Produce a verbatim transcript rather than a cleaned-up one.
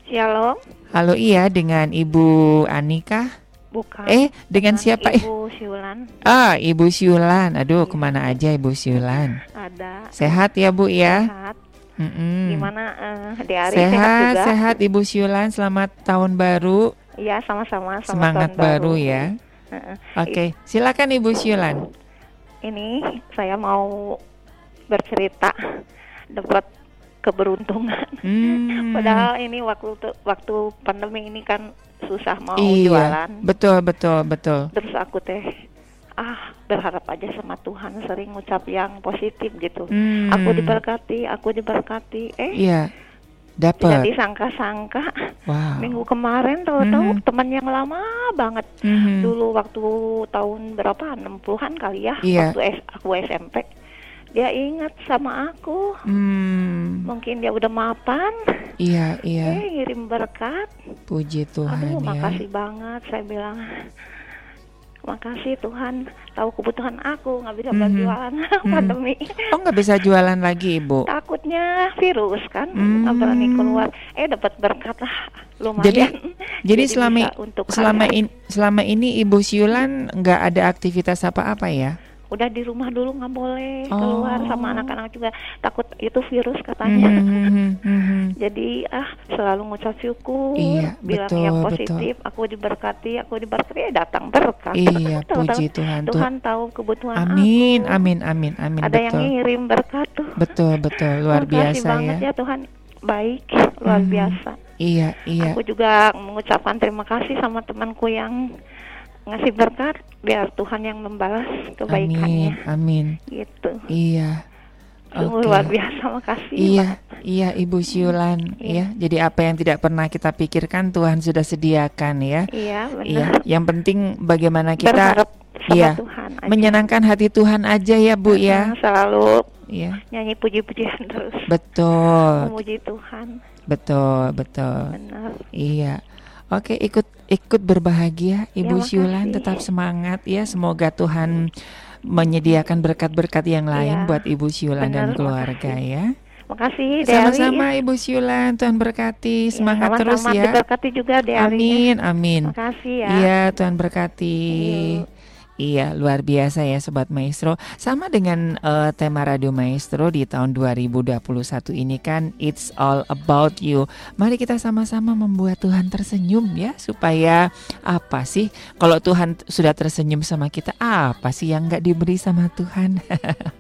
Shalom. Halo, iya dengan Ibu Anika? Bukan. Eh, dengan Bukan, siapa? Ibu Syulan. Ah, Ibu Syulan. Aduh, Iya. kemana aja Ibu Syulan? Ada. Sehat ya Bu ya? Sehat. Mm-mm. Gimana uh, di Ari sehat Sehat, juga? sehat Ibu Syulan. Selamat tahun baru. Iya, sama-sama. Selamat Semangat tahun baru baru ya. Uh-uh. Oke, silakan Ibu Syulan. Ini saya mau bercerita dapat keberuntungan. Hmm. Padahal ini waktu waktu pandemi ini kan susah mau Iya, jualan. betul, betul, betul. Terus aku teh ah berharap aja sama Tuhan, sering ngucap yang positif gitu. Hmm. Aku diberkati, aku diberkati. Eh, Iya, tidak dapat. disangka-sangka. Wow. Minggu kemarin tahu-tahu Mhm. teman yang lama banget. Mhm. Dulu waktu tahun berapa? enam puluhan kali ya, Iya. waktu S- aku S M P. Dia ingat sama aku. Hmm. Mungkin dia udah mapan. Iya, iya. Eh, ngirim berkat. Puji Tuhan Aduh, ya. makasih banget, saya bilang. Makasih Tuhan, tahu kebutuhan aku, nggak bisa Mhm. berjualan Mhm. pandemi. Oh, nggak bisa jualan lagi Ibu? Takutnya virus kan, Hmm. nggak berani keluar. Eh, dapat berkat lah, lumayan. Jadi, jadi selama bisa untuk selama hari-hari. in, selama ini Ibu Syulan nggak ada aktivitas apa-apa ya? Udah di rumah dulu, nggak boleh Oh. keluar sama anak-anak juga, takut itu virus katanya. Mhm, mhm, mhm. Jadi ah selalu ngucap syukur, Iya, bilang betul, yang betul. positif, aku diberkati, aku diberkati, eh, datang berkat. Iya, Tahu-tahu puji Tuhan. Tuh. Tuhan tahu kebutuhan Amin, aku. amin, amin, amin. Ada yang Betul, ngirim berkat tuh. betul, betul. Luar Makasih biasa banget ya. ya Tuhan, baik, luar Mhm. biasa. Iya, iya. Aku juga mengucapkan terima kasih sama temanku yang ngasih berkat, biar Tuhan yang membalas Amin, kebaikannya. amin. Gitu. Iya. Sungguh Oke. luar biasa, makasih. Iya, iya Ibu Syulan Iya. ya. Jadi apa yang tidak pernah kita pikirkan Tuhan sudah sediakan ya. Iya, benar. Iya, yang penting bagaimana kita Berharap sama iya, Tuhan aja. menyenangkan hati Tuhan aja ya Bu ya. Nah, selalu Iya. nyanyi puji-pujian terus. Betul. Memuji Tuhan. Betul, betul. Benar. Iya. Oke, ikut ikut berbahagia Ibu Ya, Syulan, makasih. tetap semangat ya. Semoga Tuhan menyediakan berkat-berkat yang lain Iya, buat Ibu Syulan dan benar, keluarga makasih. ya. Makasih Deari. Sama-sama Ibu Syulan, Tuhan berkati. Ya, Semangat terus sama-sama, ya. diberkati juga Dearinya. Amin, amin. Makasih ya. Iya, Tuhan berkati. Iya. Iya, luar biasa ya Sobat Maestro. Sama dengan eh, tema Radio Maestro di tahun dua ribu dua puluh satu ini kan, It's All About You. Mari kita sama-sama membuat Tuhan tersenyum ya. Supaya apa sih, kalau Tuhan sudah tersenyum sama kita, apa sih yang gak diberi sama Tuhan?